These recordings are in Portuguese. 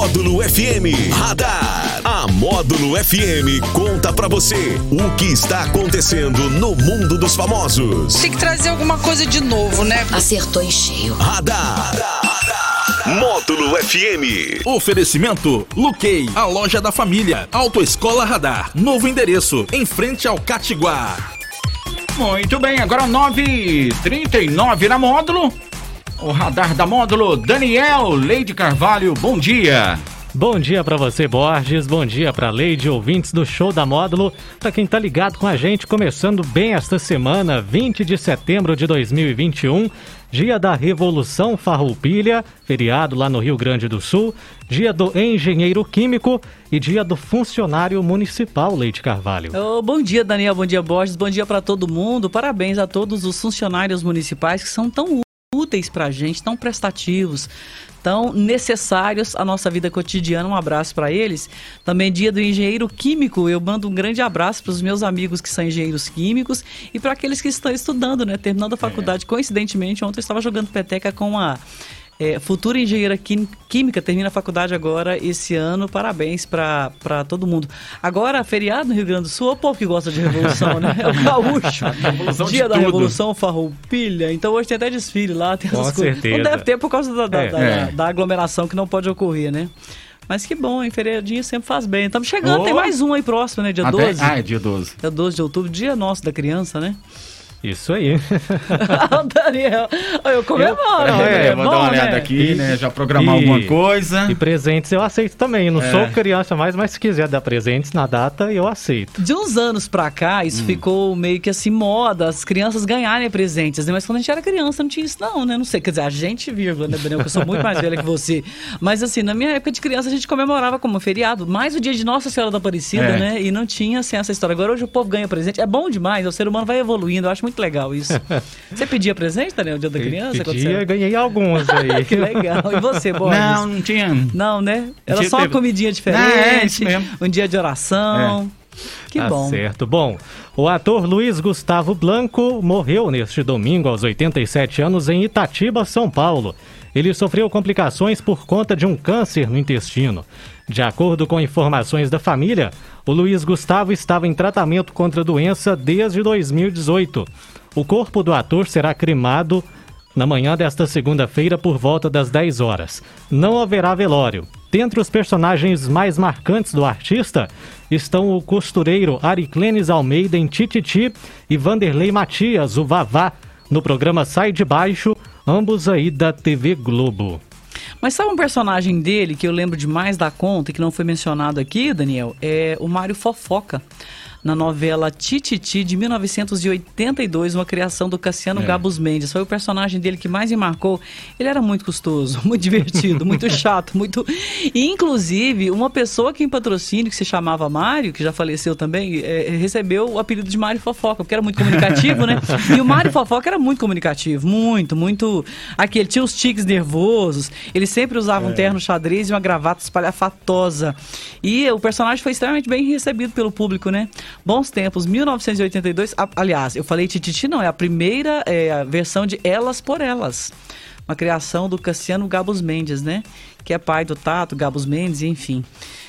Módulo FM Radar. A Módulo FM conta pra você o que está acontecendo no mundo dos famosos. Tem que trazer alguma coisa de novo, né? Acertou em cheio. Radar. Módulo FM. Oferecimento Luquei, a loja da família. Autoescola Radar. Novo endereço, em frente ao Catiguá. Muito bem, agora 9h39 na Módulo. O Radar da Módulo, Daniel Leide Carvalho, bom dia. Bom dia para você, Borges. Bom dia para Leide, ouvintes do Show da Módulo. Para quem tá ligado com a gente, começando bem esta semana, 20 de setembro de 2021, dia da Revolução Farroupilha, feriado lá no Rio Grande do Sul, dia do Engenheiro Químico e dia do Funcionário Municipal, Leide Carvalho. Bom dia, Daniel. Bom dia, Borges. Bom dia para todo mundo. Parabéns a todos os funcionários municipais que são tão úteis pra gente, tão prestativos, tão necessários à nossa vida cotidiana. Um abraço para eles. Também dia do engenheiro químico. Eu mando um grande abraço para os meus amigos que são engenheiros químicos e para aqueles que estão estudando, né? Terminando a faculdade. Coincidentemente, ontem eu estava jogando peteca com a futura engenheira química, termina a faculdade agora esse ano. Parabéns para todo mundo. Agora, feriado no Rio Grande do Sul, o povo que gosta de revolução, né? É o gaúcho. Dia da Revolução Farroupilha. Então hoje tem até desfile lá. Tem com certeza. Não deve ter por causa da aglomeração que não pode ocorrer, né? Mas que bom, hein? Feriadinho sempre faz bem. Estamos chegando, tem mais um aí próximo, né? Dia 12. É dia 12. Dia 12 de outubro, dia nosso da criança, né? Isso aí. Daniel, eu comemoro. Vou dar uma olhada aqui, né? Já programar alguma coisa. E presentes eu aceito também. Eu não sou criança mais, mas se quiser dar presentes na data, eu aceito. De uns anos pra cá, isso ficou meio que assim, moda, as crianças ganharem presentes, né? Mas quando a gente era criança, não tinha isso não, né? Não sei, quer dizer, a gente, vírgula, né, Daniel? Que eu sou muito mais velha que você. Mas assim, na minha época de criança, a gente comemorava como um feriado, mais o dia de Nossa Senhora da Aparecida, né? E não tinha, assim, essa história. Agora, hoje o povo ganha presente. É bom demais, o ser humano vai evoluindo. Eu acho muito legal isso. Você pedia presente, Daniel, no dia da criança? Pedia, ganhei alguns aí. Que legal. E você, Borges? Não tinha. Não, né? Era só uma comidinha diferente, isso mesmo. Um dia de oração. Que bom. Certo. Bom, o ator Luiz Gustavo Blanco morreu neste domingo aos 87 anos em Itatiba, São Paulo. Ele sofreu complicações por conta de um câncer no intestino. De acordo com informações da família, o Luiz Gustavo estava em tratamento contra a doença desde 2018. O corpo do ator será cremado na manhã desta segunda-feira por volta das 10 horas. Não haverá velório. Dentre os personagens mais marcantes do artista estão o costureiro Ariclenes Almeida em Tititi e Vanderlei Matias, o Vavá, no programa Sai de Baixo, ambos aí da TV Globo. Mas sabe um personagem dele que eu lembro demais da conta e que não foi mencionado aqui, Daniel? É o Mário Fofoca, na novela Tititi, de 1982, uma criação do Cassiano Gabus Mendes. Foi o personagem dele que mais me marcou. Ele era muito custoso, muito divertido, muito chato, muito... E, inclusive, uma pessoa aqui em Patrocínio, que se chamava Mário, que já faleceu também, recebeu o apelido de Mário Fofoca, porque era muito comunicativo, né? E o Mário Fofoca era muito comunicativo, muito... Aqui, ele tinha os tiques nervosos, ele sempre usava um terno xadrez e uma gravata espalhafatosa. E o personagem foi extremamente bem recebido pelo público, né? Bons tempos, 1982, aliás, eu falei Tititi, não, é a primeira a versão de Elas por Elas, uma criação do Cassiano Gabus Mendes, né, que é pai do Tato Gabus Mendes, enfim,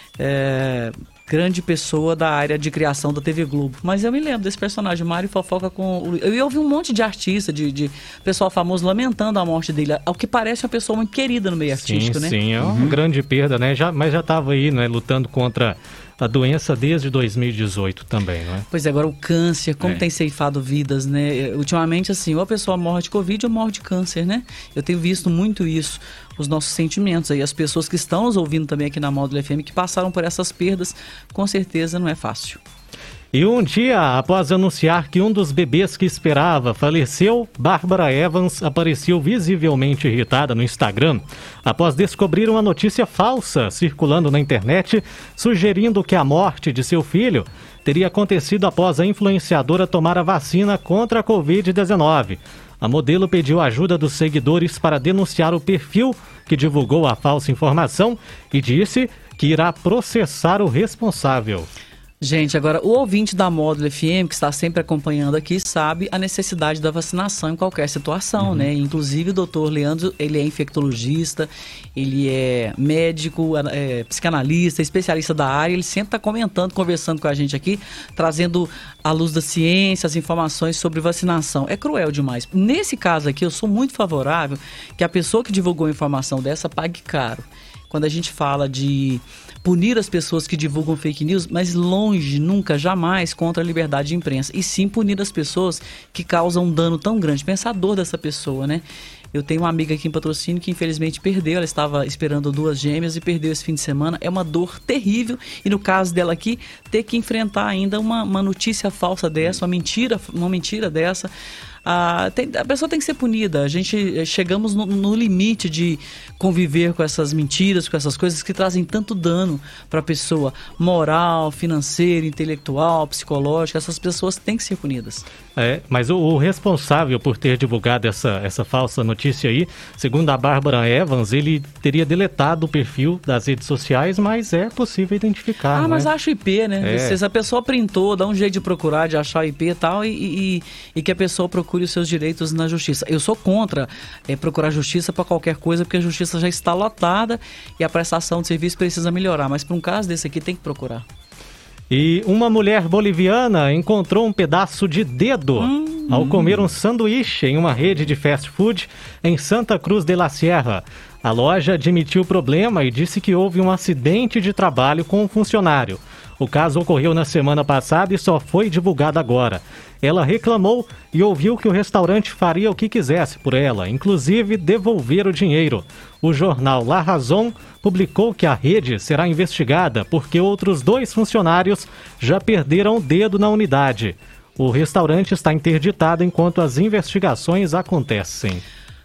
grande pessoa da área de criação da TV Globo. Mas eu me lembro desse personagem, Mário Fofoca com... Eu ouvi um monte de artista, de pessoal famoso lamentando a morte dele, ao que parece uma pessoa muito querida no meio artístico, né? Sim, é uma grande perda, né, mas já estava aí, né, lutando contra a doença desde 2018 também, não é? Pois é, agora o câncer, como tem ceifado vidas, né? Ultimamente, assim, ou a pessoa morre de Covid ou morre de câncer, né? Eu tenho visto muito isso, os nossos sentimentos aí, as pessoas que estão nos ouvindo também aqui na Módulo FM, que passaram por essas perdas, com certeza não é fácil. E um dia após anunciar que um dos bebês que esperava faleceu, Bárbara Evans apareceu visivelmente irritada no Instagram após descobrir uma notícia falsa circulando na internet sugerindo que a morte de seu filho teria acontecido após a influenciadora tomar a vacina contra a Covid-19. A modelo pediu ajuda dos seguidores para denunciar o perfil que divulgou a falsa informação e disse que irá processar o responsável. Gente, agora, o ouvinte da Módulo FM, que está sempre acompanhando aqui, sabe a necessidade da vacinação em qualquer situação, né? Inclusive, o doutor Leandro, ele é infectologista, ele é médico, psicanalista, especialista da área, ele sempre está comentando, conversando com a gente aqui, trazendo à luz da ciência as informações sobre vacinação. É cruel demais. Nesse caso aqui, eu sou muito favorável que a pessoa que divulgou a informação dessa pague caro. Quando a gente fala de punir as pessoas que divulgam fake news, mas longe, nunca, jamais contra a liberdade de imprensa. E sim punir as pessoas que causam um dano tão grande. Pensa a dor dessa pessoa, né? Eu tenho uma amiga aqui em Patrocínio que infelizmente perdeu, ela estava esperando 2 gêmeas e perdeu esse fim de semana. É uma dor terrível e no caso dela aqui, ter que enfrentar ainda uma notícia falsa dessa, uma mentira dessa. A pessoa tem que ser punida. A gente chegamos no limite de conviver com essas mentiras, com essas coisas que trazem tanto dano para a pessoa, moral, financeira, intelectual, psicológica. Essas pessoas têm que ser punidas. Mas o responsável por ter divulgado essa falsa notícia aí, segundo a Bárbara Evans, ele teria deletado o perfil das redes sociais, mas é possível identificar. Mas acha o IP, né? Se a pessoa printou, dá um jeito de procurar, de achar o IP e tal, e que a pessoa procure os seus direitos na justiça. Eu sou contra procurar justiça para qualquer coisa, porque a justiça já está lotada e a prestação de serviço precisa melhorar. Mas para um caso desse aqui tem que procurar. E uma mulher boliviana encontrou um pedaço de dedo ao comer um sanduíche em uma rede de fast food em Santa Cruz de la Sierra. A loja admitiu o problema e disse que houve um acidente de trabalho com um funcionário. O caso ocorreu na semana passada e só foi divulgado agora. Ela reclamou e ouviu que o restaurante faria o que quisesse por ela, inclusive devolver o dinheiro. O jornal La Razón publicou que a rede será investigada porque outros 2 funcionários já perderam o dedo na unidade. O restaurante está interditado enquanto as investigações acontecem.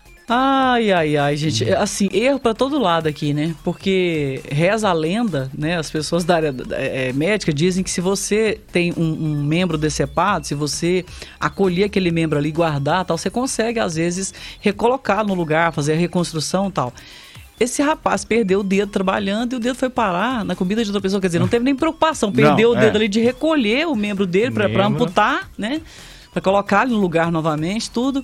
Ai, gente, assim, erro para todo lado aqui, né? Porque reza a lenda, né? As pessoas da área médica dizem que se você tem um membro decepado, se você acolher aquele membro ali, guardar, tal, você consegue, às vezes, recolocar no lugar, fazer a reconstrução e tal. Esse rapaz perdeu o dedo trabalhando e o dedo foi parar na comida de outra pessoa. Quer dizer, não teve nem preocupação. Perdeu o dedo ali de recolher o membro dele para amputar, né? Para colocar ele no lugar novamente, tudo.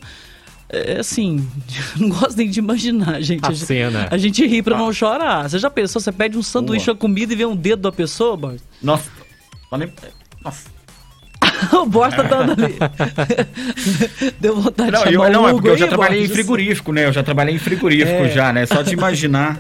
Assim, não gosto nem de imaginar, gente. A cena. A gente ri pra não chorar. Você já pensou, você pede um sanduíche, uma comida e vê um dedo da pessoa, Borges? Nossa. O Borges tá dando ali. Deu vontade de chamar não, o é Hugo porque eu já trabalhei Borges. em frigorífico, né? Eu já trabalhei em frigorífico já, né? Só de imaginar.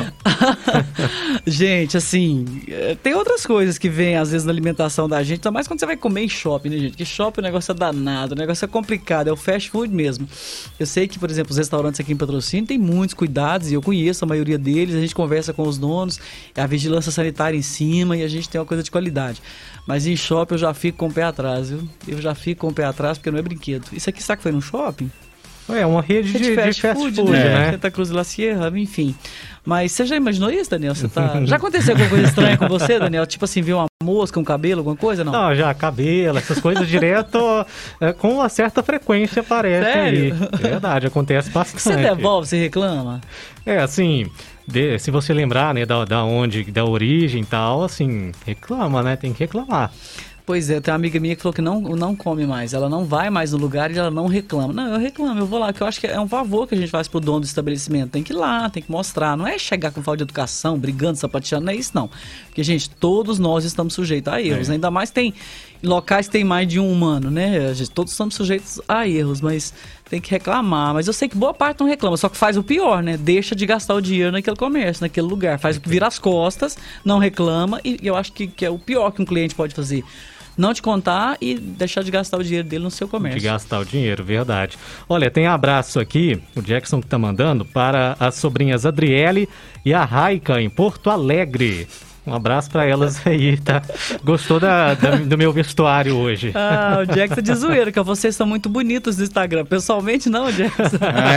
Gente, assim, tem outras coisas que vêm às vezes na alimentação da gente, ainda mais quando você vai comer em shopping, né, gente? Porque shopping o negócio é danado, o negócio é complicado, é o fast food mesmo. Eu sei que, por exemplo, os restaurantes aqui em Patrocínio tem muitos cuidados e eu conheço a maioria deles, a gente conversa com os donos, é a vigilância sanitária em cima e a gente tem uma coisa de qualidade. Mas em shopping eu já fico com o pé atrás, viu? Eu já fico com o pé atrás porque não é brinquedo. Isso aqui, será que foi num shopping? É uma rede de fast food, né? Santa Cruz de la Sierra, enfim. Mas você já imaginou isso, Daniel? Já aconteceu alguma coisa estranha com você, Daniel? Tipo assim, ver uma mosca, um cabelo, alguma coisa, não? Não, já cabelo, essas coisas direto com uma certa frequência aparece. Sério? Aí. Verdade, acontece bastante. Você devolve, você reclama? Assim, se você lembrar, né, da origem e tal, assim, reclama, né? Tem que reclamar. Pois é, tem uma amiga minha que falou que não come mais, ela não vai mais no lugar e ela não reclama. Não, eu reclamo, eu vou lá, que eu acho que é um favor que a gente faz pro dono do estabelecimento. Tem que ir lá, tem que mostrar, não é chegar com falta de educação, brigando, sapateando, não é isso não. Porque, gente, todos nós estamos sujeitos a erros, ainda mais tem locais que tem mais de um humano, né? Todos estamos sujeitos a erros, mas tem que reclamar. Mas eu sei que boa parte não reclama, só que faz o pior, né? Deixa de gastar o dinheiro naquele comércio, naquele lugar. Vira as costas, não reclama e eu acho que é o pior que um cliente pode fazer. Não te contar e deixar de gastar o dinheiro dele no seu comércio. De gastar o dinheiro, verdade. Olha, tem abraço aqui, o Jackson que tá mandando, para as sobrinhas Adriele e a Raika, em Porto Alegre. Um abraço para elas aí, tá? Gostou do meu vestuário hoje. Ah, o Jackson de zoeira, que vocês são muito bonitos no Instagram. Pessoalmente não, Jackson.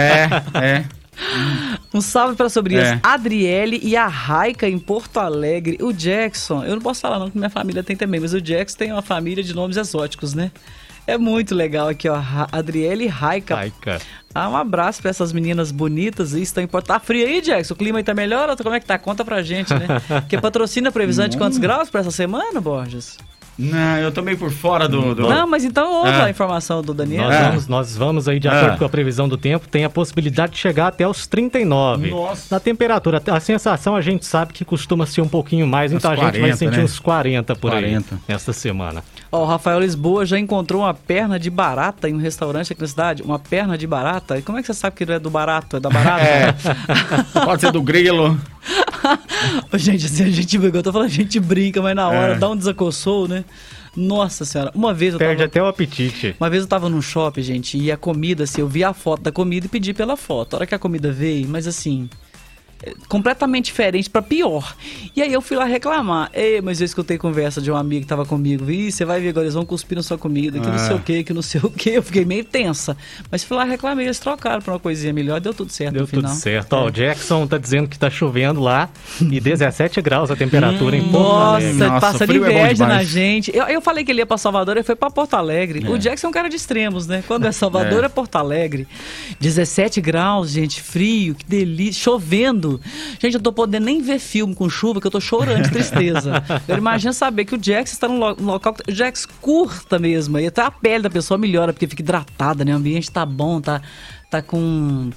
É. Um salve para sobrinhas Adriele e a Raika em Porto Alegre. O Jackson, eu não posso falar não, que minha família tem também, mas o Jackson tem uma família de nomes exóticos, né? É muito legal aqui, ó, Adriele e Raika. Um abraço para essas meninas bonitas. Estão em Porto. Tá frio aí, Jackson? O clima aí tá melhor? Como é que tá? Conta pra gente, né? Que patrocina a previsão de quantos graus para essa semana, Borges? Não, eu tô meio por fora do... Não, mas então ouve a informação do Daniel. Nós vamos aí, de acordo com a previsão do tempo, tem a possibilidade de chegar até os 39. Nossa. Na temperatura, a sensação a gente sabe que costuma ser um pouquinho mais, então a gente vai sentir uns 40 por aí nesta semana. Ó, o Rafael Lisboa já encontrou uma perna de barata em um restaurante aqui na cidade. Uma perna de barata? Como é que você sabe que ele é do barato? É da barata? Pode ser do grilo. Gente, assim, eu tô falando, a gente brinca, mas na hora dá um desacossou, né? Nossa senhora, uma vez eu Perde até o apetite. Uma vez eu tava num shopping, gente, e a comida, assim, eu vi a foto da comida e pedi pela foto. A hora que a comida veio, mas assim... completamente diferente pra pior. E aí eu fui lá reclamar. Mas eu escutei conversa de um amigo que tava comigo. Você vai ver agora, eles vão cuspir na sua comida, que não sei o que não sei o que. Eu fiquei meio tensa. Mas fui lá reclamei, eles trocaram pra uma coisinha melhor. Deu tudo certo no final. Deu tudo certo. Ó, o Jackson tá dizendo que tá chovendo lá e 17 graus a temperatura em Porto Alegre. Nossa, passando inveja na gente. Eu falei que ele ia pra Salvador, ele foi pra Porto Alegre. O Jackson é um cara de extremos, né? Quando é Salvador, é Porto Alegre. 17 graus, gente, frio, que delícia, chovendo. Gente, eu tô podendo nem ver filme com chuva, que eu tô chorando de tristeza. Eu imagino saber que o Jax está num local que o Jax curta mesmo, e até a pele da pessoa melhora, porque fica hidratada, né? O ambiente tá bom, tá com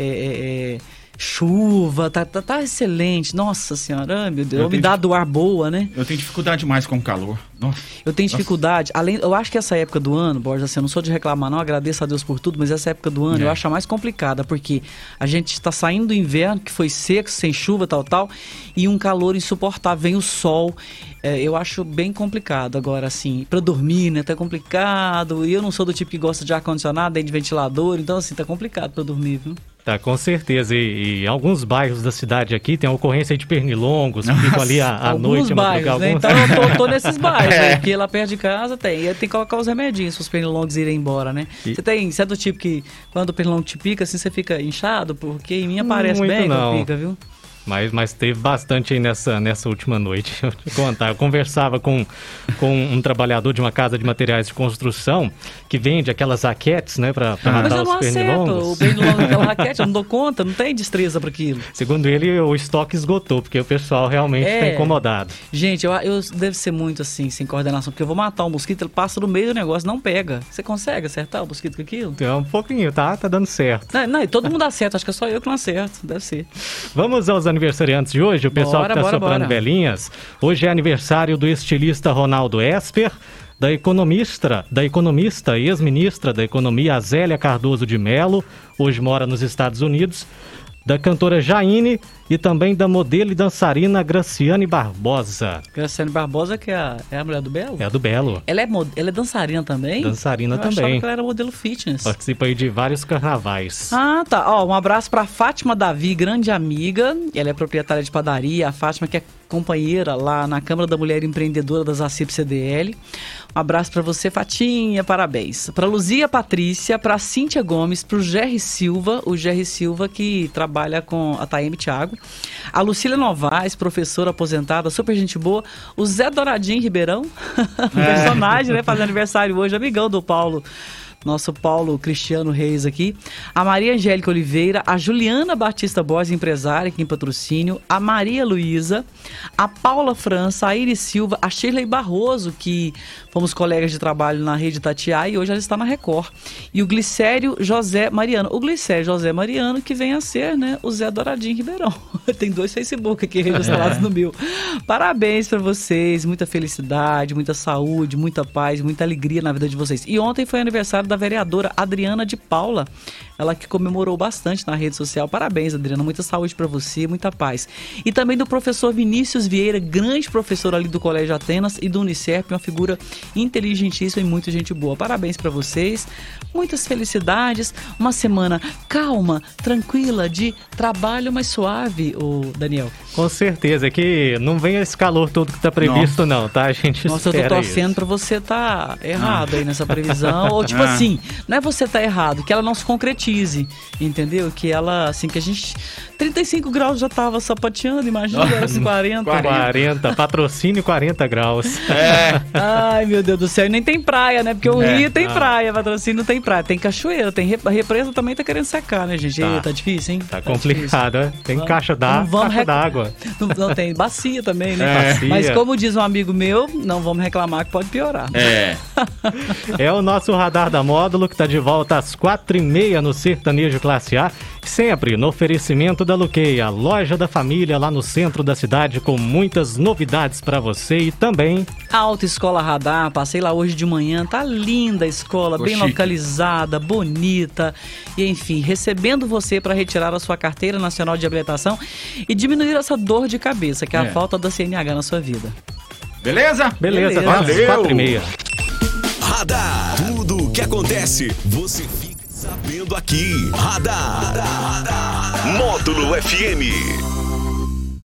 chuva, tá excelente. Nossa senhora, ai, meu Deus, a umidade do ar boa, né? Eu tenho dificuldade demais com o calor. Nossa. Eu tenho dificuldade, eu acho que essa época do ano, Borges, assim, eu não sou de reclamar não, agradeço a Deus por tudo, mas essa época do ano eu acho a mais complicada, porque a gente está saindo do inverno, que foi seco, sem chuva, tal, e um calor insuportável, vem o sol, eu acho bem complicado. Agora, assim, pra dormir, né, tá complicado, e eu não sou do tipo que gosta de ar-condicionado, nem de ventilador, então, assim, tá complicado pra dormir, viu? Tá, com certeza. E em alguns bairros da cidade aqui tem a ocorrência de pernilongos que ficam ali à noite. Bairros, né? Então eu tô nesses bairros, porque lá perto de casa tem. E tem que colocar os remedinhos para os pernilongos irem embora, né? Você é do tipo que quando o pernilongo te pica, assim, você fica inchado? Porque em mim aparece bem quando pica, viu? Mas teve bastante aí nessa última noite. Eu te contar. Eu conversava com um trabalhador de uma casa de materiais de construção que vende aquelas raquetes, né, pra matar os pernilongos. O pernilongo daquela raquete, eu não dou conta, não tem destreza para aquilo. Segundo ele, o estoque esgotou, porque o pessoal realmente tá incomodado. Gente, eu deve ser muito assim, sem coordenação, porque eu vou matar um mosquito, ele passa no meio do negócio, não pega. Você consegue acertar o mosquito com aquilo? É um pouquinho, tá dando certo. Não, todo mundo acerta, acho que é só eu que não acerto, deve ser. Vamos aos aniversariantes de hoje, o pessoal que tá soprando velhinhas. Hoje é aniversário do estilista Ronaldo Esper, da economista e ex-ministra da Economia Azélia Cardoso de Mello, hoje mora nos Estados Unidos, da cantora Jaine e também da modelo e dançarina Graciane Barbosa. Graciane Barbosa, que é a mulher do Belo? É a do Belo. Ela é dançarina também? Dançarina também. Eu achava que ela era modelo fitness. Participa aí de vários carnavais. Ah, tá. Ó, um abraço pra Fátima Davi, grande amiga. Ela é proprietária de padaria. A Fátima, que é companheira lá na Câmara da Mulher Empreendedora das ACIP CDL. Um abraço pra você, Fatinha, parabéns. Pra Luzia Patrícia, pra Cíntia Gomes, pro Gerry Silva, o Gerry Silva que trabalha com a Taeme Thiago. A Lucília Novaes, professora aposentada, super gente boa. O Zé Douradinho Ribeirão, personagem, né, fazendo aniversário hoje, amigão do Paulo. Nosso Paulo Cristiano Reis aqui. A Maria Angélica Oliveira, a Juliana Batista Borges, empresária aqui em Patrocínio, a Maria Luísa, a Paula França, a Iris Silva, a Shirley Barroso, que fomos colegas de trabalho na Rede Itatiaia e hoje ela está na Record. E o Glicério José Mariano. O Glicério José Mariano, que vem a ser, né, o Zé Douradinho Ribeirão. Tem 2 Facebook aqui registrados no meu. Parabéns para vocês, muita felicidade, muita saúde, muita paz, muita alegria na vida de vocês. E ontem foi aniversário da vereadora Adriana de Paula, ela que comemorou bastante na rede social. Parabéns, Adriana, muita saúde para você, muita paz. E também do professor Vinícius Vieira, grande professor ali do Colégio Atenas e do Unicef, uma figura inteligentíssima e muito gente boa. Parabéns para vocês, muitas felicidades, uma semana calma, tranquila, de trabalho mais suave, o Daniel. Com certeza, é que não vem esse calor todo que tá previsto. Nossa. Não, tá? A gente Nossa, eu tô torcendo pra você tá errado aí nessa previsão, ou tipo assim, não é você tá errado, que ela não se concretize. Cheese, entendeu? Que ela, assim, que a gente... 35 graus já tava sapateando, imagina, era 40. 40, patrocínio 40 graus. Ai, meu Deus do céu, e nem tem praia, né? Porque o Rio tem praia, patrocínio não tem praia. Tem cachoeira, tem a represa também tá querendo secar, né, gente? Tá difícil, hein? Tá complicado, né? Tem caixa d'água. Não tem bacia também, né? Bacia. Mas como diz um amigo meu, não vamos reclamar que pode piorar. É o nosso Radar da Módulo, que tá de volta às 4h30 no Sertanejo Classe A, sempre no oferecimento da Luquei, a loja da família lá no centro da cidade, com muitas novidades para você. E também a Autoescola Radar, passei lá hoje de manhã, tá linda a escola, bem localizada, bonita, e enfim, recebendo você para retirar a sua carteira nacional de habilitação e diminuir essa dor de cabeça, que é a falta da CNH na sua vida. Beleza? Beleza. Valeu. 4h30. Radar. Tudo o que acontece, você fica sabendo aqui. Radar. Módulo FM.